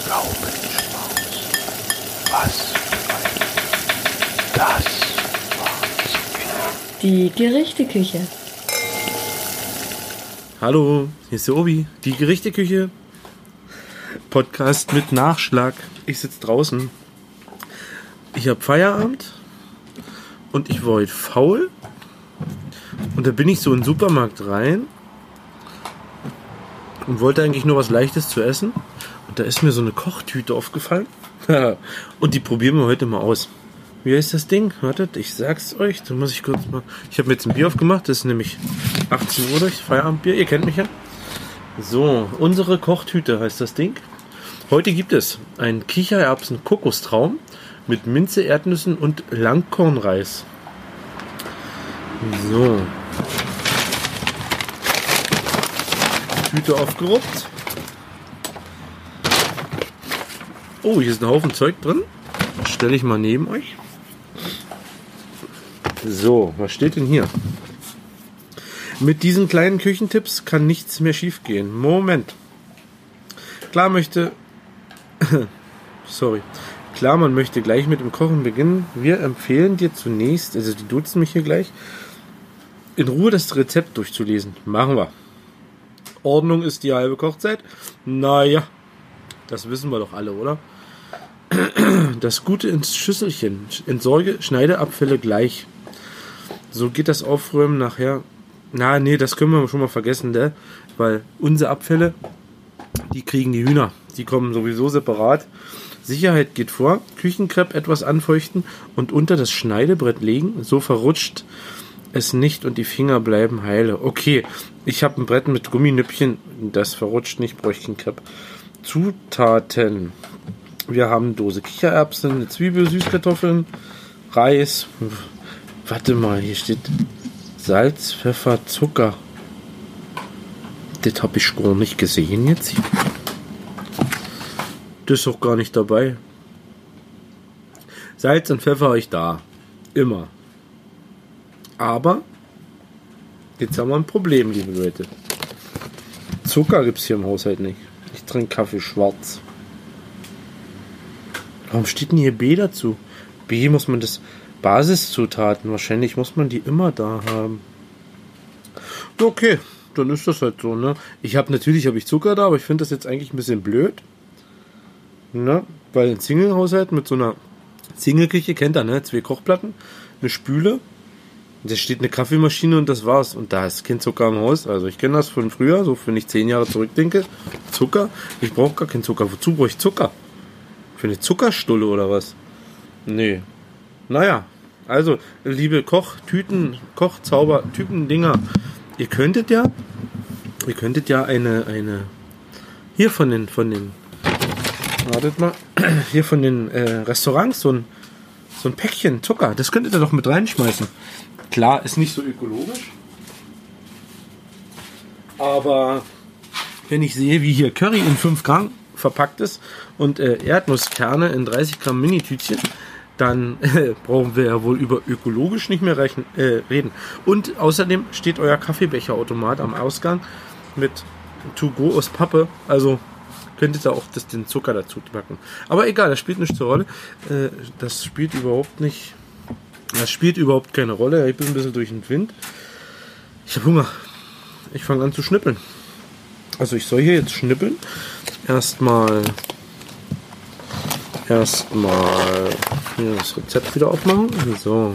Laubenschmaus. Was bedeutet das Wort? Die Gerichteküche. Hallo, hier ist der Obi. Die Gerichteküche. Podcast mit Nachschlag. Ich sitze draußen. Ich habe Feierabend. Und ich war heute faul. Und da bin ich so in den Supermarkt rein. Und wollte eigentlich nur was Leichtes zu essen. Und da ist mir so eine Kochtüte aufgefallen. Und die probieren wir heute mal aus. Wie heißt das Ding? Wartet, ich sag's euch. Da muss ich kurz mal... Ich habe mir jetzt ein Bier aufgemacht. Das ist nämlich 18 Uhr durch. Feierabendbier. Ihr kennt mich ja. So, unsere Kochtüte heißt das Ding. Heute gibt es einen Kichererbsen-Kokostraum mit Minze, Erdnüssen und Langkornreis. So. Tüte aufgeruppt. Oh, hier ist ein Haufen Zeug drin. Stelle ich mal neben euch. So, was steht denn hier? Mit diesen kleinen Küchentipps kann nichts mehr schief gehen. Moment. Klar, man möchte gleich mit dem Kochen beginnen. Wir empfehlen dir zunächst, also die duzen mich hier gleich, in Ruhe das Rezept durchzulesen. Machen wir. Ordnung ist die halbe Kochzeit. Naja, das wissen wir doch alle, oder? Das Gute ins Schüsselchen. Entsorge, schneide Abfälle gleich. So geht das Aufräumen nachher. Das können wir schon mal vergessen, ne? Weil unsere Abfälle, die kriegen die Hühner. Die kommen sowieso separat. Sicherheit geht vor. Küchenkrepp etwas anfeuchten und unter das Schneidebrett legen. So verrutscht es nicht und die Finger bleiben heile. Okay, ich habe ein Brett mit Gumminüppchen. Das verrutscht nicht, bräuchte ich einen Krepp. Zutaten. Wir haben eine Dose Kichererbsen, eine Zwiebel, Süßkartoffeln, Reis. Warte mal, hier steht Salz, Pfeffer, Zucker. Das habe ich gar nicht gesehen jetzt. Das ist auch gar nicht dabei. Salz und Pfeffer habe ich da. Immer. Aber jetzt haben wir ein Problem, liebe Leute. Zucker gibt es hier im Haushalt nicht. Ich trinke Kaffee schwarz. Warum steht denn hier B dazu? B muss man das Basiszutaten. Wahrscheinlich muss man die immer da haben. Okay, dann ist das halt so, ne? Natürlich habe ich Zucker da, aber ich finde das jetzt eigentlich ein bisschen blöd. Ne? Weil ein Single-Haushalt mit so einer Single-Küche, kennt ihr, ne? 2 Kochplatten, eine Spüle, da steht eine Kaffeemaschine und das war's. Und da ist kein Zucker im Haus. Also ich kenne das von früher, so wenn ich 10 Jahre zurückdenke. Zucker? Ich brauche gar keinen Zucker. Wozu brauche ich Zucker? Für eine Zuckerstulle oder was? Nee. Naja, also, liebe Kochtüten, Kochzauber-Typen-Dinger, ihr könntet ja eine hier von den Restaurants so ein Päckchen Zucker, das könntet ihr doch mit reinschmeißen. Klar, ist nicht so ökologisch, aber wenn ich sehe, wie hier Curry in 5 Gramm verpackt ist und Erdnusskerne in 30 Gramm Minitütchen, dann brauchen wir ja wohl über ökologisch nicht mehr reden. Und außerdem steht euer Kaffeebecherautomat am Ausgang mit To-Go aus Pappe, also könntet ihr auch den Zucker dazu packen. Aber egal, das spielt nicht zur Rolle. Das spielt überhaupt keine Rolle. Ich bin ein bisschen durch den Wind. Ich habe Hunger. Ich fange an zu schnippeln. Also ich soll hier jetzt schnippeln. Erstmal hier das Rezept wieder aufmachen. So.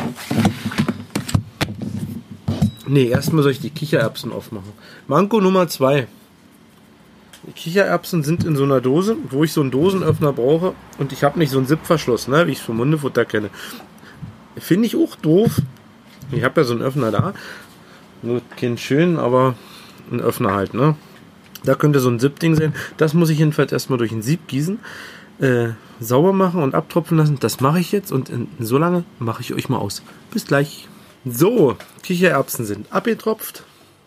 Erstmal soll ich die Kichererbsen aufmachen. Manko Nummer 2. Die Kichererbsen sind in so einer Dose, wo ich so einen Dosenöffner brauche und ich habe nicht so einen Zipverschluss, ne, wie ich es vom Hundefutter kenne. Finde ich auch doof. Ich habe ja so einen Öffner da. Nur keinen schönen, aber einen Öffner halt, ne. Da könnte so ein Zip-Ding sein. Das muss ich jedenfalls erstmal durch ein Sieb gießen, sauber machen und abtropfen lassen. Das mache ich jetzt und so lange mache ich euch mal aus. Bis gleich. So, Kichererbsen sind abgetropft.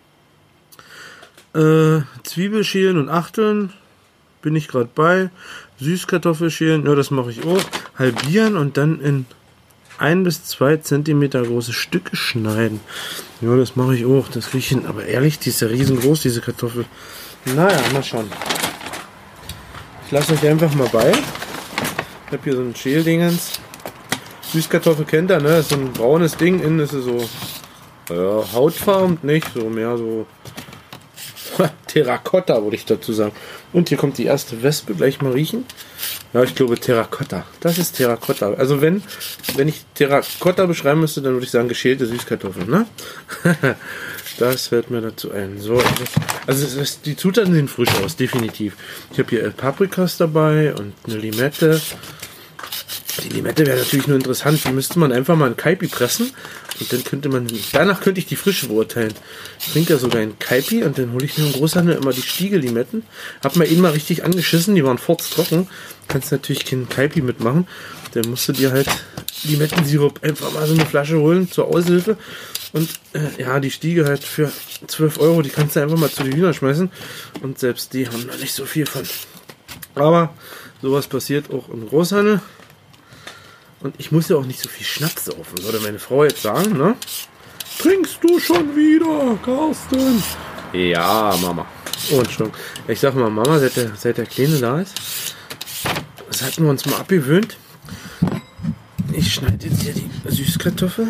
Zwiebel schälen und achteln. Bin ich gerade bei. Süßkartoffel schälen. Ja, das mache ich auch. Halbieren und dann in 1 bis 2 Zentimeter große Stücke schneiden. Ja, das mache ich auch. Das kriege ich hin. Aber ehrlich, die ist ja riesengroß, diese Kartoffel. Naja, mal schauen. lasse euch einfach mal bei. Ich habe hier so ein Schäldingens. Süßkartoffel kennt ihr, ne? Das ist so ein braunes Ding. Innen ist es so hautfarben, nicht? So mehr so Terrakotta, würde ich dazu sagen. Und hier kommt die erste Wespe, gleich mal riechen. Ja, ich glaube Terrakotta. Das ist Terrakotta. Also wenn ich Terrakotta beschreiben müsste, dann würde ich sagen geschälte Süßkartoffeln, ne? Das fällt mir dazu ein. So, die Zutaten sehen frisch aus, definitiv. Ich habe hier Paprikas dabei und eine Limette. Die Limette wäre natürlich nur interessant. Die müsste man einfach mal in Kaipi pressen und dann danach könnte ich die Frische beurteilen. Ich trinke ja sogar einen Kaipi und dann hole ich mir im Großhandel immer die Stiegel-Limetten. Hab mir eben mal richtig angeschissen, die waren furztrocken. Kannst natürlich keinen Kaipi mitmachen. Dann musst du dir halt Limettensirup einfach mal so eine Flasche holen zur Aushilfe. Und die Stiege halt für 12 Euro, die kannst du einfach mal zu den Hühnern schmeißen. Und selbst die haben da nicht so viel von. Aber sowas passiert auch im Großhandel. Und ich muss ja auch nicht so viel Schnaps saufen, würde meine Frau jetzt sagen, ne? Trinkst du schon wieder, Carsten? Ja, Mama. Oh, Entschuldigung. Ich sag mal, Mama, seit der Kleine da ist, das hatten wir uns mal abgewöhnt. Ich schneide jetzt hier die Süßkartoffel.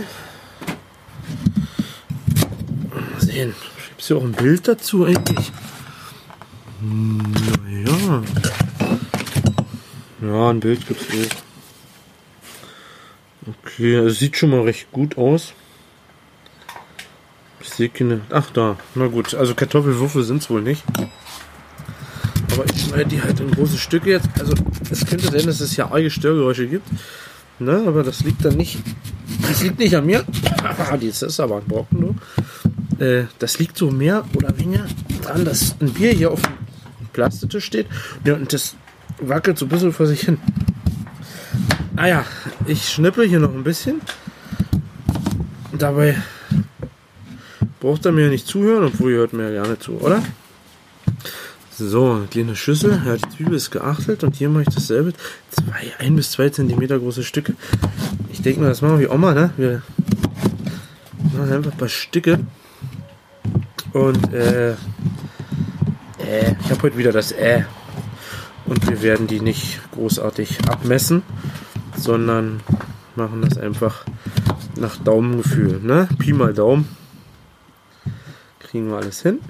Mal sehen. Gibt es hier auch ein Bild dazu eigentlich? Naja. Ja, ein Bild gibt es auch. Okay, es sieht schon mal recht gut aus. Ich sehe keine... Ach, da. Na gut, also Kartoffelwürfel sind es wohl nicht. Aber ich schneide die halt in große Stücke jetzt. Also es könnte sein, dass es ja arge Störgeräusche gibt. Ne, aber das liegt dann nicht... Das liegt nicht an mir. Das ist aber ein Brocken, du. Das liegt so mehr oder weniger daran, dass ein Bier hier auf dem Plastiktisch steht. Ja, und das wackelt so ein bisschen vor sich hin. Naja, ich schnippel hier noch ein bisschen. Dabei braucht er mir nicht zuhören, obwohl ihr hört mir ja gerne zu, oder? So, eine kleine Schüssel. Ja, die Zwiebel ist geachtelt und hier mache ich dasselbe. 1 bis 2 cm große Stücke. Ich denke mal, das machen wir wie Oma, ne? Wir machen einfach ein paar Stücke. Und ich habe heute wieder das und wir werden die nicht großartig abmessen, sondern machen das einfach nach Daumengefühl, ne? Pi mal Daumen. Kriegen wir alles hin.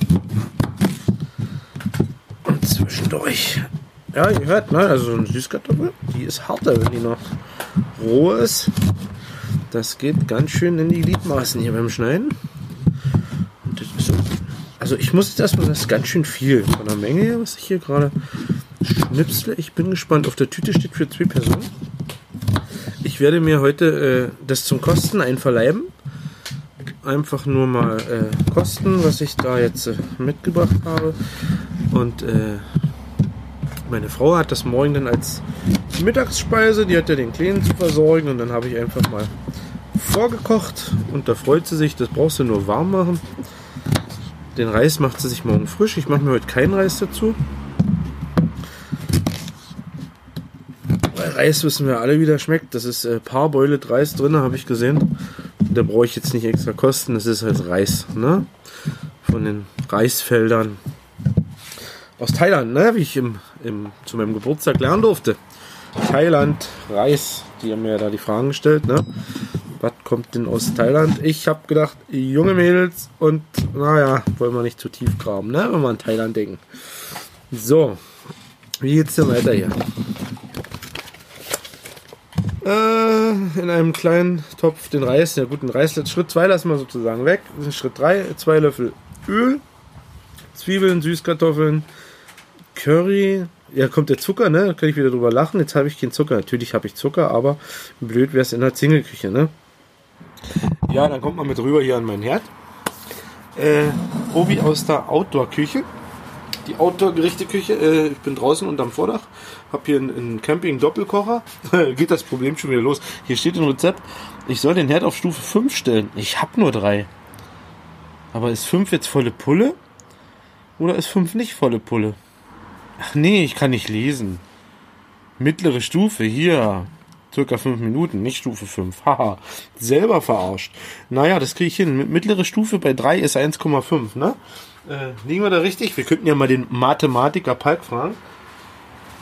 Und zwischendurch, ja, ihr hört, ne? Also so eine Süßkartoffel, die ist harter, wenn die noch roh ist. Das geht ganz schön in die Gliedmaßen hier beim Schneiden. Und das ist so, also ich muss jetzt erstmal, das ist ganz schön viel von der Menge her, was ich hier gerade schnipsle. Ich bin gespannt. Auf der Tüte steht für 2 Personen. Ich werde mir heute das zum Kosten einverleiben. Einfach nur mal kosten, was ich da jetzt mitgebracht habe. Und meine Frau hat das morgen dann als Mittagsspeise. Die hat ja den Kleinen zu versorgen. Und dann habe ich einfach mal vorgekocht. Und da freut sie sich. Das brauchst du nur warm machen. Den Reis macht sie sich morgen frisch. Ich mache mir heute keinen Reis dazu. Reis wissen wir alle, wie der schmeckt. Das ist Parboiled Reis drin, habe ich gesehen. Da brauche ich jetzt nicht extra kosten. Das ist halt Reis, ne? Von den Reisfeldern aus Thailand, ne? Wie ich zu meinem Geburtstag lernen durfte. Thailand, Reis. Die haben mir ja da die Fragen gestellt, ne? Was kommt denn aus Thailand? Ich habe gedacht, junge Mädels und naja, wollen wir nicht zu tief graben, ne? Wenn wir an Thailand denken. So, wie geht's denn weiter hier? In einem kleinen Topf den Reis, ja gut, den Reis, Schritt 2 lassen wir sozusagen weg. Schritt 3, 2 Löffel Öl, Zwiebeln, Süßkartoffeln, Curry. Ja, kommt der Zucker, ne? Da kann ich wieder drüber lachen. Jetzt habe ich keinen Zucker. Natürlich habe ich Zucker, aber blöd wäre es in der Single-Küche, ne? Ja, dann kommt man mit rüber hier an meinen Herd. Obi aus der Outdoor-Küche. Die Outdoor-Gerichte-Küche. Ich bin draußen unterm Vordach. Hab hier einen Camping-Doppelkocher. Geht das Problem schon wieder los. Hier steht ein Rezept. Ich soll den Herd auf Stufe 5 stellen. Ich habe nur 3. Aber ist 5 jetzt volle Pulle? Oder ist 5 nicht volle Pulle? Ach nee, ich kann nicht lesen. Mittlere Stufe, hier. Circa 5 Minuten, nicht Stufe 5. Haha, selber verarscht. Naja, das kriege ich hin. Mittlere Stufe bei 3 ist 1,5, ne? Liegen wir da richtig? Wir könnten ja mal den Mathematiker Palk fragen.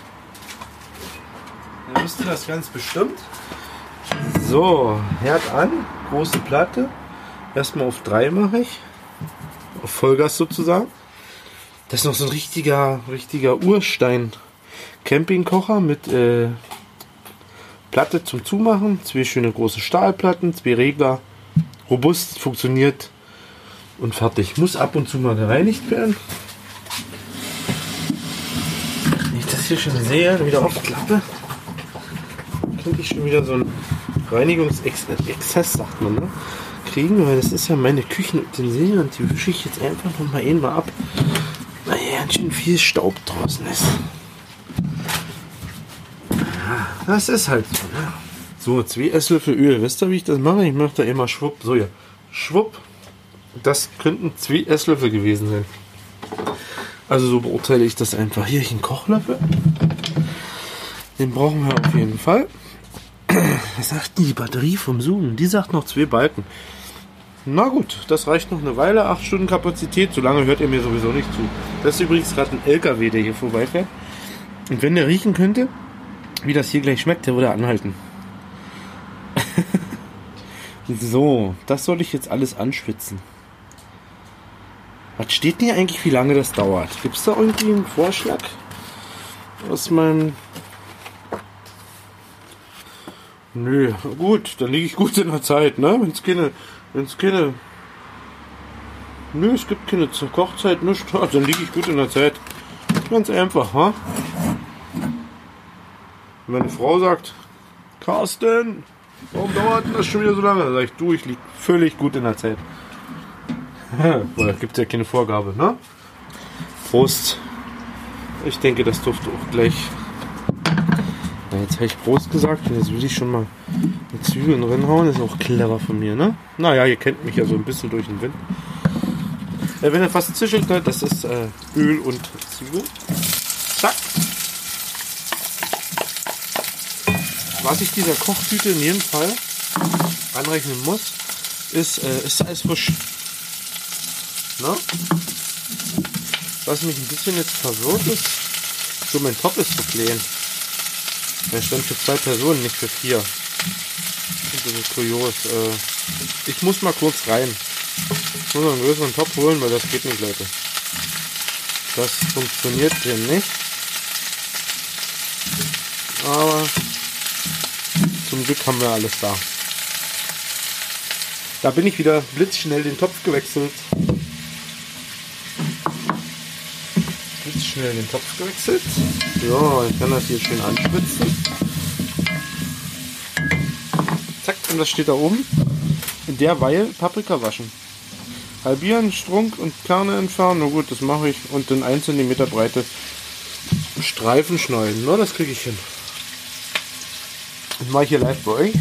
Dann wisst ihr das ganz bestimmt. So, Herd an, große Platte. Erstmal auf 3 mache ich. Auf Vollgas sozusagen. Das ist noch so ein richtiger Urstein-Campingkocher mit Platte zum Zumachen. 2 schöne große Stahlplatten, 2 Regler. Robust, funktioniert und fertig. Muss ab und zu mal gereinigt werden. Wenn ich das hier schon sehe, wieder aufklappe, könnte ich schon wieder so einen Reinigungsexzess, sagt man, ne? Kriegen, weil das ist ja meine Küchenutensilien und die wische ich jetzt einfach noch mal einmal ab, weil hier ganz schön viel Staub draußen ist. Ja, das ist halt so, ne? So, 2 Esslöffel Öl. Wisst ihr, wie ich das mache? Ich mache da immer schwupp. So, ja. Schwupp. Das könnten 2 Esslöffel gewesen sein. Also so beurteile ich das einfach. Hier ein Kochlöffel. Den brauchen wir auf jeden Fall. Was sagt die Batterie vom Zoom? Die sagt noch 2 Balken. Na gut, das reicht noch eine Weile. 8 Stunden Kapazität. So lange hört ihr mir sowieso nicht zu. Das ist übrigens gerade ein LKW, der hier vorbeifährt. Und wenn der riechen könnte, wie das hier gleich schmeckt, der würde anhalten. So, das soll ich jetzt alles anschwitzen. Was steht denn hier eigentlich, wie lange das dauert? Gibt es da irgendwie einen Vorschlag aus meinem... Nö, gut, dann liege ich gut in der Zeit, ne? Wenn's keine... Nö, es gibt keine Kochzeit, nichts, dann liege ich gut in der Zeit. Ganz einfach, ha? Meine Frau sagt, Carsten, warum dauert denn das schon wieder so lange? Dann sage ich, du, ich liege völlig gut in der Zeit. Weil da gibt es ja keine Vorgabe, ne? Prost. Ich denke, das durfte auch gleich... Na, jetzt habe ich Prost gesagt und jetzt will ich schon mal die Zwiebeln reinhauen. Das ist auch clever von mir, ne? Naja, ihr kennt mich ja so ein bisschen durch den Wind. Wenn er fast zischelt, ne, das ist Öl und Zwiebeln. Zack. Was ich dieser Kochtüte in jedem Fall anrechnen muss, ist Eis frisch. Na? Was mich ein bisschen jetzt verwirrt ist, so mein Topf ist zu klein. Der stand für 2 Personen, nicht für 4. Das ist kurios. Ich muss mal kurz rein. Ich muss noch einen größeren Topf holen, weil das geht nicht, Leute. Das funktioniert hier nicht. Aber zum Glück haben wir alles da. Da bin ich wieder blitzschnell den Topf gewechselt. So, ich kann das hier schön anschwitzen. Zack, und das steht da oben. In derweil Paprika waschen. Halbieren, Strunk und Kerne entfernen. Na gut, das mache ich. Und in 1 cm Breite Streifen schneiden. Na, das kriege ich hin. Das mache ich hier live bei euch.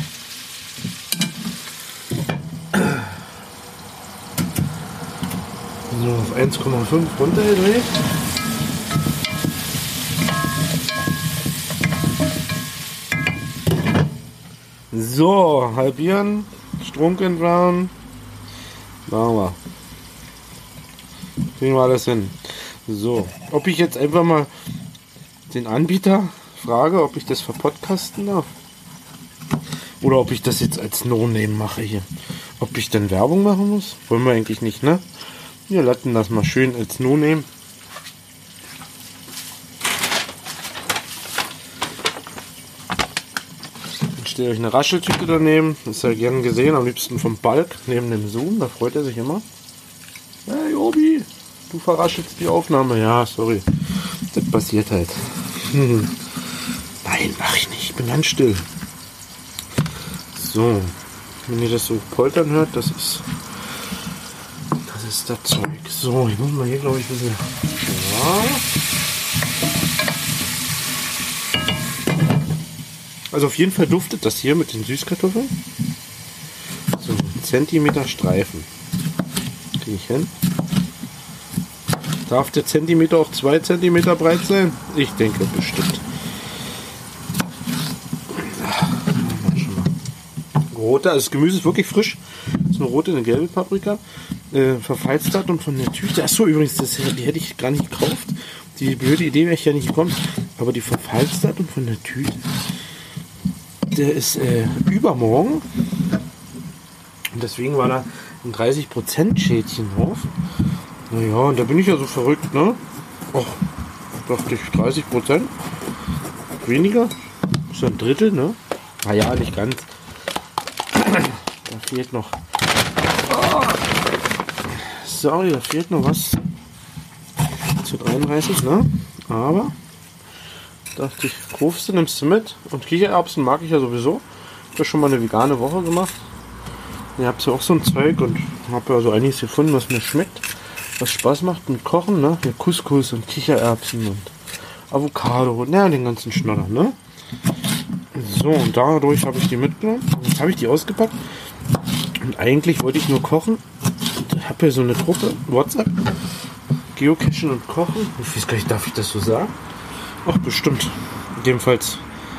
So, auf 1,5 runtergedreht. So, halbieren, Strunk entfernen. Machen wir. Kriegen wir alles hin. So, ob ich jetzt einfach mal den Anbieter frage, ob ich das verpodcasten darf. Oder ob ich das jetzt als No-Name mache hier. Ob ich dann Werbung machen muss? Wollen wir eigentlich nicht, ne? Wir lassen das mal schön als No-Name. Stellt euch eine Rascheltüte daneben. Das ist ja gern gesehen, am liebsten vom Balk neben dem Zoom. Da freut er sich immer. Hey Obi, du verraschelst die Aufnahme. Ja, sorry. Das passiert halt. Nein, mach ich nicht. Ich bin ganz still. So. Wenn ihr das so poltern hört, das ist das Zeug. So, ich muss mal hier, glaube ich, ein bisschen... Ja. Also auf jeden Fall duftet das hier mit den Süßkartoffeln. So, 1 Zentimeter Streifen. Kriege ich hin. Darf der Zentimeter auch 2 Zentimeter breit sein? Ich denke bestimmt. Rote, also das Gemüse ist wirklich frisch. Das ist eine rote, eine gelbe Paprika. Verfallsdatum von der Tüte. Achso, übrigens, die hätte ich gar nicht gekauft. Die blöde Idee wäre ich ja nicht gekommen. Aber die Verfallsdatum von der Tüte der ist übermorgen. Und deswegen war da ein 30% Schädchen drauf. Naja, und da bin ich ja so verrückt, ne? Och, dachte ich, 30%? Weniger? Ist ja ein Drittel, ne? Naja, nicht ganz. Da fehlt noch. Oh. Sorry, da fehlt noch was. Zu 33, ne? Aber dachte ich, rufst du, nimmst du mit. Und Kichererbsen mag ich ja sowieso. Ich habe schon mal eine vegane Woche gemacht. Ihr habt ja auch so ein Zeug und habe ja so einiges gefunden, was mir schmeckt. Was Spaß macht mit Kochen, ne? Hier Couscous und Kichererbsen und Avocado und ja, den ganzen Schnoller, ne? So, und dadurch habe ich die mitgenommen. Jetzt habe ich die ausgepackt. Und eigentlich wollte ich nur kochen. Ich habe hier so eine Gruppe, WhatsApp. Geocachen und Kochen. Ich weiß gar nicht, darf ich das so sagen? Ach, bestimmt. Jedenfalls.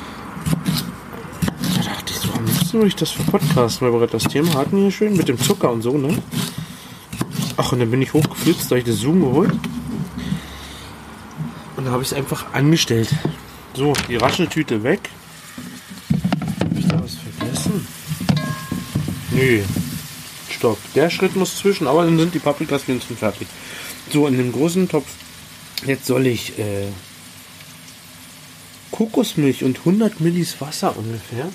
Da dachte ich so, am liebsten würde ich das für Podcast, weil wir gerade das Thema hatten hier schön mit dem Zucker und so, ne? Ach, und dann bin ich hochgeflitzt, da habe ich das Zoom geholt. Und da habe ich es einfach angestellt. So, die Rascheltüte weg. Habe ich da was vergessen? Nö. Stopp. Der Schritt muss zwischen, aber dann sind die Paprikas wenigstens fertig. So, in dem großen Topf. Jetzt soll ich Kokosmilch und 100 Millis Wasser ungefähr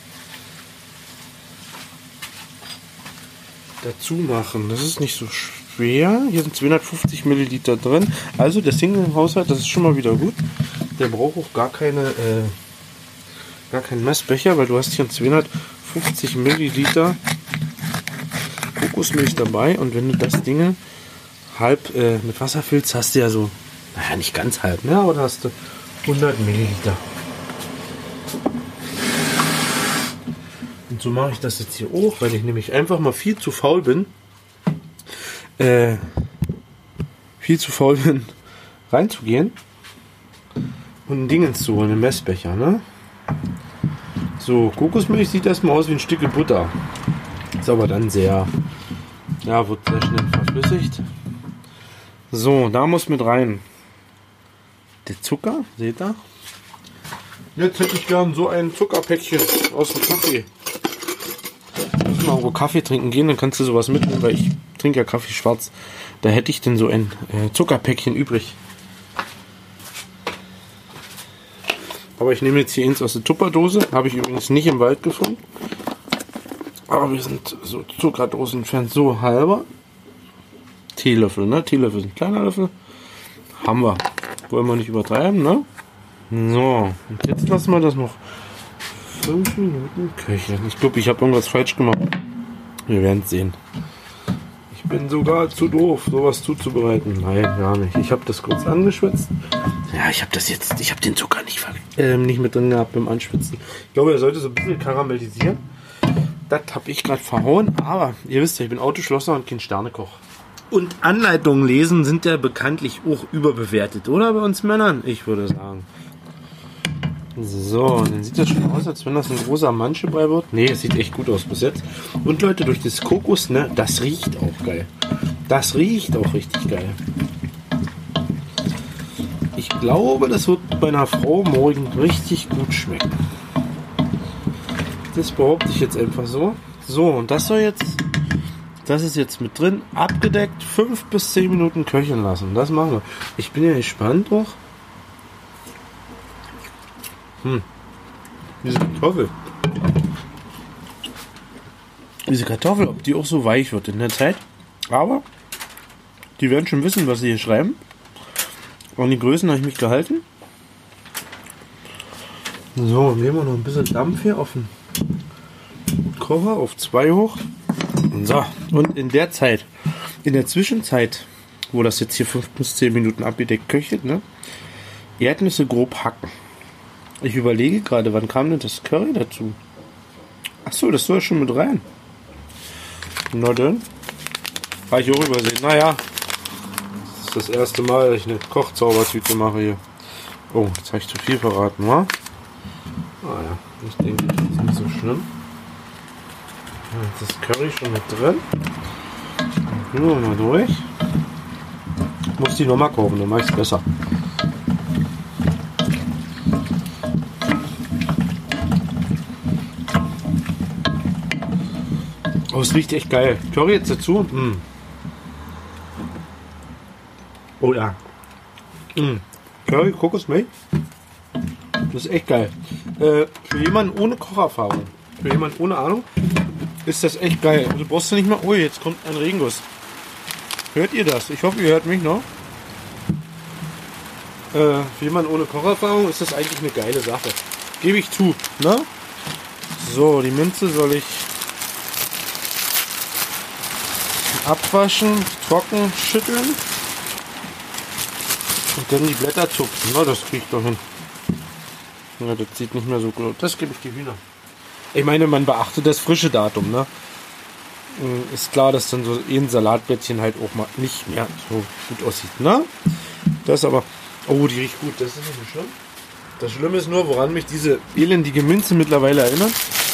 dazu machen. Das ist nicht so schwer. Hier sind 250 Milliliter drin. Also der Single-Haushalt, das ist schon mal wieder gut. Der braucht auch gar keinen Messbecher, weil du hast hier 250 Milliliter Kokosmilch dabei. Und wenn du das Ding halb mit Wasser füllst, hast du ja so, naja, nicht ganz halb, ne? Aber da hast du 100 Milliliter. Und so mache ich das jetzt hier auch, weil ich nämlich einfach mal viel zu faul bin, reinzugehen und ein Dingens zu holen, einen Messbecher, ne? So, Kokosmilch sieht erstmal aus wie ein Stück Butter. Ist aber dann sehr, ja, wird sehr schnell verflüssigt. So, da muss mit rein der Zucker, seht ihr? Jetzt hätte ich gern so ein Zuckerpäckchen aus dem Kaffee. Muss mal irgendwo Kaffee trinken gehen, dann kannst du sowas mitnehmen, weil ich trinke ja Kaffee schwarz. Da hätte ich denn so ein Zuckerpäckchen übrig. Aber ich nehme jetzt hier eins aus der Tupperdose. Habe ich übrigens nicht im Wald gefunden. Aber wir sind so Zuckerdosen entfernt. So, halber Teelöffel, ne? Teelöffel sind kleiner Löffel. Haben wir. Wollen wir nicht übertreiben, ne? So, und jetzt lassen wir das noch 5 Minuten köcheln. Ich glaube, ich habe irgendwas falsch gemacht. Wir werden es sehen. Ich bin sogar zu doof, sowas zuzubereiten. Nein, gar nicht. Ich habe das kurz angeschwitzt. Ja, ich habe den Zucker nicht mit drin gehabt beim Anschwitzen. Ich glaube, er sollte so ein bisschen karamellisieren. Das habe ich gerade verhauen, aber ihr wisst ja, ich bin Autoschlosser und kein Sternekoch. Und Anleitungen lesen sind ja bekanntlich auch überbewertet, oder bei uns Männern? Ich würde sagen. So, dann sieht das schon aus, als wenn das ein großer Manschebrei wird. Ne, es sieht echt gut aus bis jetzt. Und Leute, durch das Kokos, ne, das riecht auch geil. Das riecht auch richtig geil. Ich glaube, das wird bei einer Frau morgen richtig gut schmecken. Das behaupte ich jetzt einfach so. So, und das ist jetzt mit drin, abgedeckt, 5 bis 10 Minuten köcheln lassen. Das machen wir. Ich bin ja gespannt auch. Diese Kartoffel, ob die auch so weich wird in der Zeit. Aber die werden schon wissen, was sie hier schreiben. An die Größen habe ich mich gehalten. So, nehmen wir noch ein bisschen Dampf hier auf den Kocher, auf 2 hoch. So, und in der Zwischenzeit, wo das jetzt hier 5 bis 10 Minuten abgedeckt köchelt, ne, Erdnüsse grob hacken. Ich überlege gerade, wann kam denn das Curry dazu? Achso, das soll schon mit rein. Na dann. Habe ich auch übersehen. Naja, das ist das erste Mal, dass ich eine Kochzaubertüte mache hier. Oh, jetzt habe ich zu viel verraten, wa? Naja, ich denke, das ist nicht so schlimm. Jetzt ist das Curry schon mit drin. Rühren wir mal durch. Ich muss die nochmal kochen, dann mache ich es besser. es riecht echt geil. Curry jetzt dazu. Oh ja. Curry, Kokosmilch. Das ist echt geil. Für jemanden ohne Kocherfahrung, für jemanden ohne Ahnung, ist das echt geil. Du brauchst du nicht mal... Oh, jetzt kommt ein Regenguss. Hört ihr das? Ich hoffe, ihr hört mich noch. Für jemanden ohne Kocherfahrung ist das eigentlich eine geile Sache. Gebe ich zu. Ne? So, die Minze soll ich abwaschen, trocken schütteln und dann die Blätter zupfen. Na, das kriege ich doch hin. Ja, das sieht nicht mehr so gut aus. Das gebe ich die Hühner. Ich meine, man beachtet das frische Datum. Ne? Ist klar, dass dann so ein Salatblättchen halt auch mal nicht mehr so gut aussieht. Ne? Das aber... Oh, die riecht gut. Das ist nicht so schlimm. Das Schlimme ist nur, woran mich diese elendige Minze mittlerweile erinnert.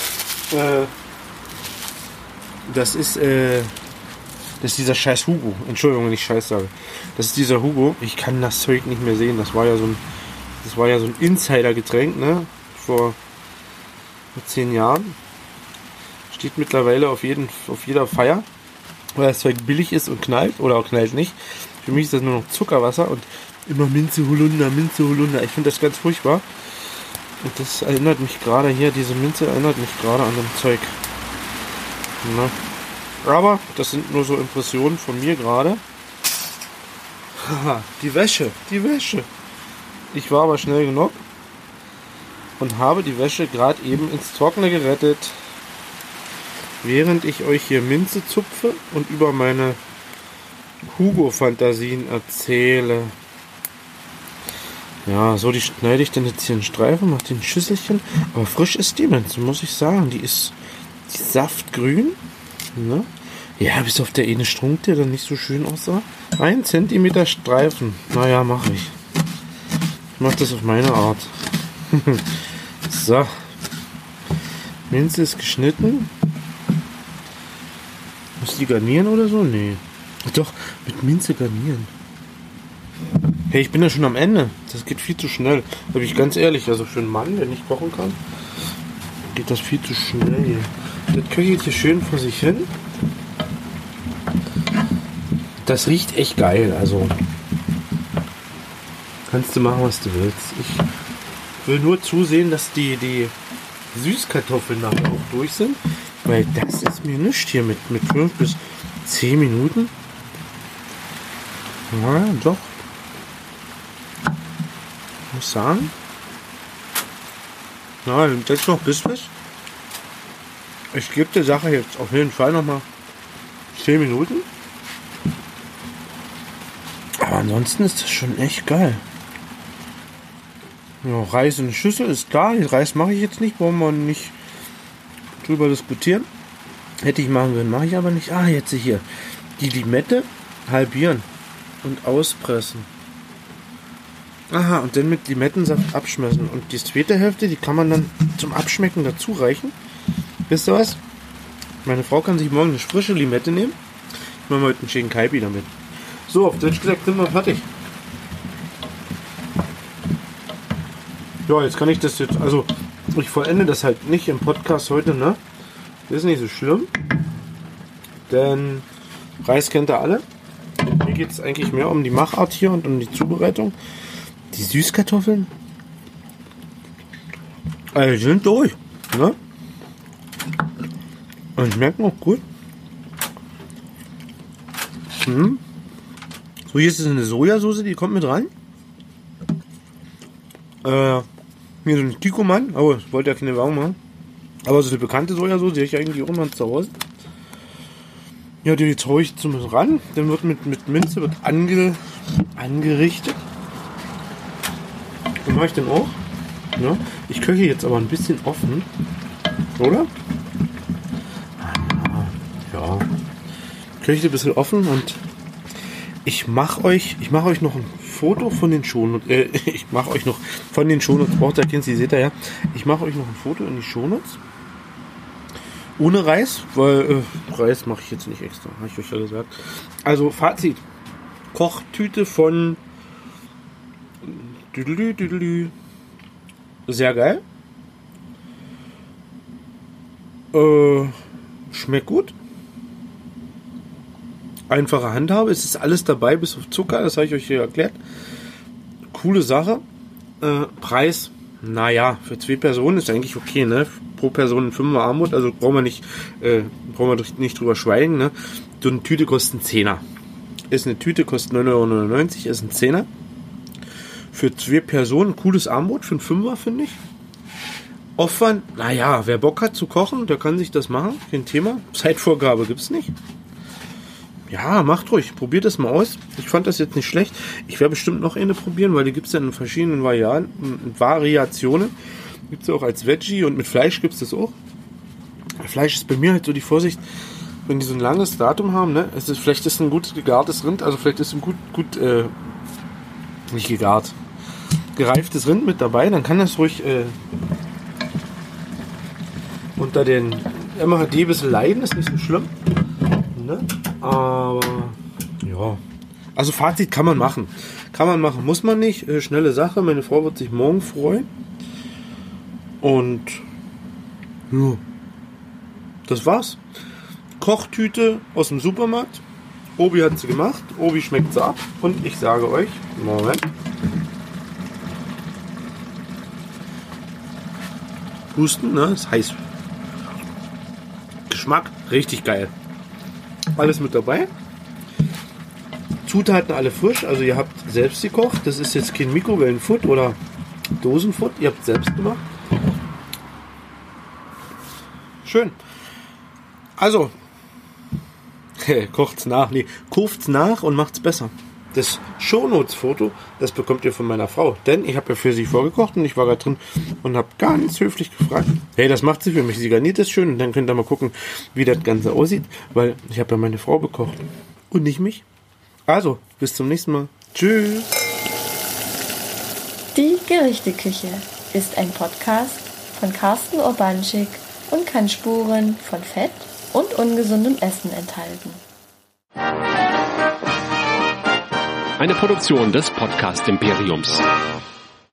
Das ist dieser scheiß Hugo. Entschuldigung, wenn ich Scheiß sage. Das ist dieser Hugo. Ich kann das Zeug nicht mehr sehen. Das war ja so ein Insider-Getränk, ne? Vor 10 Jahren. Steht mittlerweile auf jeder Feier, weil das Zeug billig ist und knallt oder auch knallt nicht. Für mich ist das nur noch Zuckerwasser und immer Minze Holunder, Minze Holunder. Ich finde das ganz furchtbar. Und das erinnert mich gerade hier, diese Minze erinnert mich gerade an das Zeug. Na. Aber das sind nur so Impressionen von mir gerade. Haha, die Wäsche. Ich war aber schnell genug und habe die Wäsche gerade eben ins Trockene gerettet. Während ich euch hier Minze zupfe und über meine Hugo-Fantasien erzähle. Ja, so, die schneide ich dann jetzt hier in Streifen, mache die in Schüsselchen. Aber frisch ist die Minze, muss ich sagen. Die ist saftgrün. Ne? Ja, bis auf der eine Strunk, der dann nicht so schön aussah. 1 Zentimeter Streifen. Naja, mache ich. Ich mache das auf meine Art. So. Minze ist geschnitten. Muss die garnieren oder so? Nee. Doch, mit Minze garnieren. Hey, ich bin ja schon am Ende. Das geht viel zu schnell. Da bin ich ganz ehrlich. Also für einen Mann, der nicht kochen kann, geht das viel zu schnell. Das köchelt hier schön vor sich hin. Das riecht echt geil. Also kannst du machen, was du willst. Ich will nur zusehen, dass die Süßkartoffeln nachher auch durch sind. Weil das ist mir nichts hier mit 5 bis 10 Minuten. Ja, doch. Ich muss sagen. Na, das ist noch bisslich. Ich gebe der Sache jetzt auf jeden Fall nochmal 10 Minuten. Aber ansonsten ist das schon echt geil. Ja, Reis in der Schüssel ist klar. Den Reis mache ich jetzt nicht. Brauchen wir nicht drüber diskutieren. Hätte ich machen können, mache ich aber nicht. Ah, jetzt hier. Die Limette halbieren und auspressen. Aha, und dann mit Limettensaft abschmessen. Und die zweite Hälfte, die kann man dann zum Abschmecken dazu reichen. Wisst ihr was? Meine Frau kann sich morgen eine frische Limette nehmen. Ich mache heute einen schönen Kaipi damit. So, auf Deutsch gesagt sind wir fertig. Ja, jetzt kann ich das jetzt, also ich vollende das halt nicht im Podcast heute, ne? Das ist nicht so schlimm. Denn Reis kennt ihr alle. Mir geht es eigentlich mehr um die Machart hier und um die Zubereitung. Die Süßkartoffeln, die sind durch, ne? Und schmecken auch gut. So, hier ist es eine Sojasauce, die kommt mit rein. Hier so ein Kikoman, aber ich wollte ja keine Werbung machen. Aber so eine bekannte Sojasauce, die habe ich eigentlich auch immer zu Hause. Ja, die jetzt haue ich zum ran. Dann wird mit Minze wird angerichtet. Das mache ich dann auch. Ja. Ich köche jetzt aber ein bisschen offen. Oder? Ja. Köche ein bisschen offen und ich mache euch noch ein Foto von den Shownotes. Ich mache euch noch von den Shownotes. Braucht ihr Kind, Sie seht ja. Ich mache euch noch ein Foto in die Shownotes. Ohne Reis, weil Reis mache ich jetzt nicht extra, habe ich euch ja gesagt. Also Fazit. Kochtüte von sehr geil. Schmeckt gut. einfache Handhabe. Es ist alles dabei, bis auf Zucker, das habe ich euch hier erklärt. Coole Sache. Preis, naja, für 2 Personen ist eigentlich okay, ne? Pro Person ein 5er Armut, also brauchen wir nicht drüber schweigen, ne? So eine Tüte kostet einen 10er. Ist eine Tüte, kostet 9,99 €, ist ein 10er. Für 2 Personen, cooles Armbrot für einen 5er, finde ich. Aufwand, naja, wer Bock hat zu kochen, der kann sich das machen, kein Thema. Zeitvorgabe gibt's nicht. Ja, macht ruhig, probiert das mal aus. Ich fand das jetzt nicht schlecht. Ich werde bestimmt noch eine probieren, weil die gibt es ja in verschiedenen Variationen. Gibt es ja auch als Veggie und mit Fleisch gibt es das auch. Fleisch ist bei mir halt so die Vorsicht, wenn die so ein langes Datum haben, ne? Vielleicht ist ein gut gegartes Rind, also vielleicht ist ein nicht gegart, gereiftes Rind mit dabei, dann kann das ruhig unter den MHD ein bisschen leiden, ist nicht so schlimm. Ne? Aber ja, also Fazit kann man machen. Muss man nicht. Schnelle Sache, meine Frau wird sich morgen freuen. Und ja, das war's. Kochtüte aus dem Supermarkt. Obi hat sie gemacht. Obi schmeckt sie ab. Und ich sage euch, Moment. Husten, ne? Ist heiß. Geschmack, richtig geil. Alles mit dabei. Zutaten alle frisch, also ihr habt selbst gekocht. Das ist jetzt kein Mikrowellenfutt oder Dosenfutt. Ihr habt selbst gemacht. Schön. Also, kauft's nach und macht's besser. Das Shownotes-Foto, das bekommt ihr von meiner Frau. Denn ich habe ja für sie vorgekocht und ich war da drin und habe ganz höflich gefragt, hey, das macht sie für mich, sie garniert das schön und dann könnt ihr mal gucken, wie das Ganze aussieht, weil ich habe ja meine Frau bekocht und nicht mich. Also, bis zum nächsten Mal. Tschüss. Die Gerichteküche ist ein Podcast von Carsten Urbanschik und kann Spuren von Fett und ungesundem Essen enthalten. Eine Produktion des Podcast Imperiums.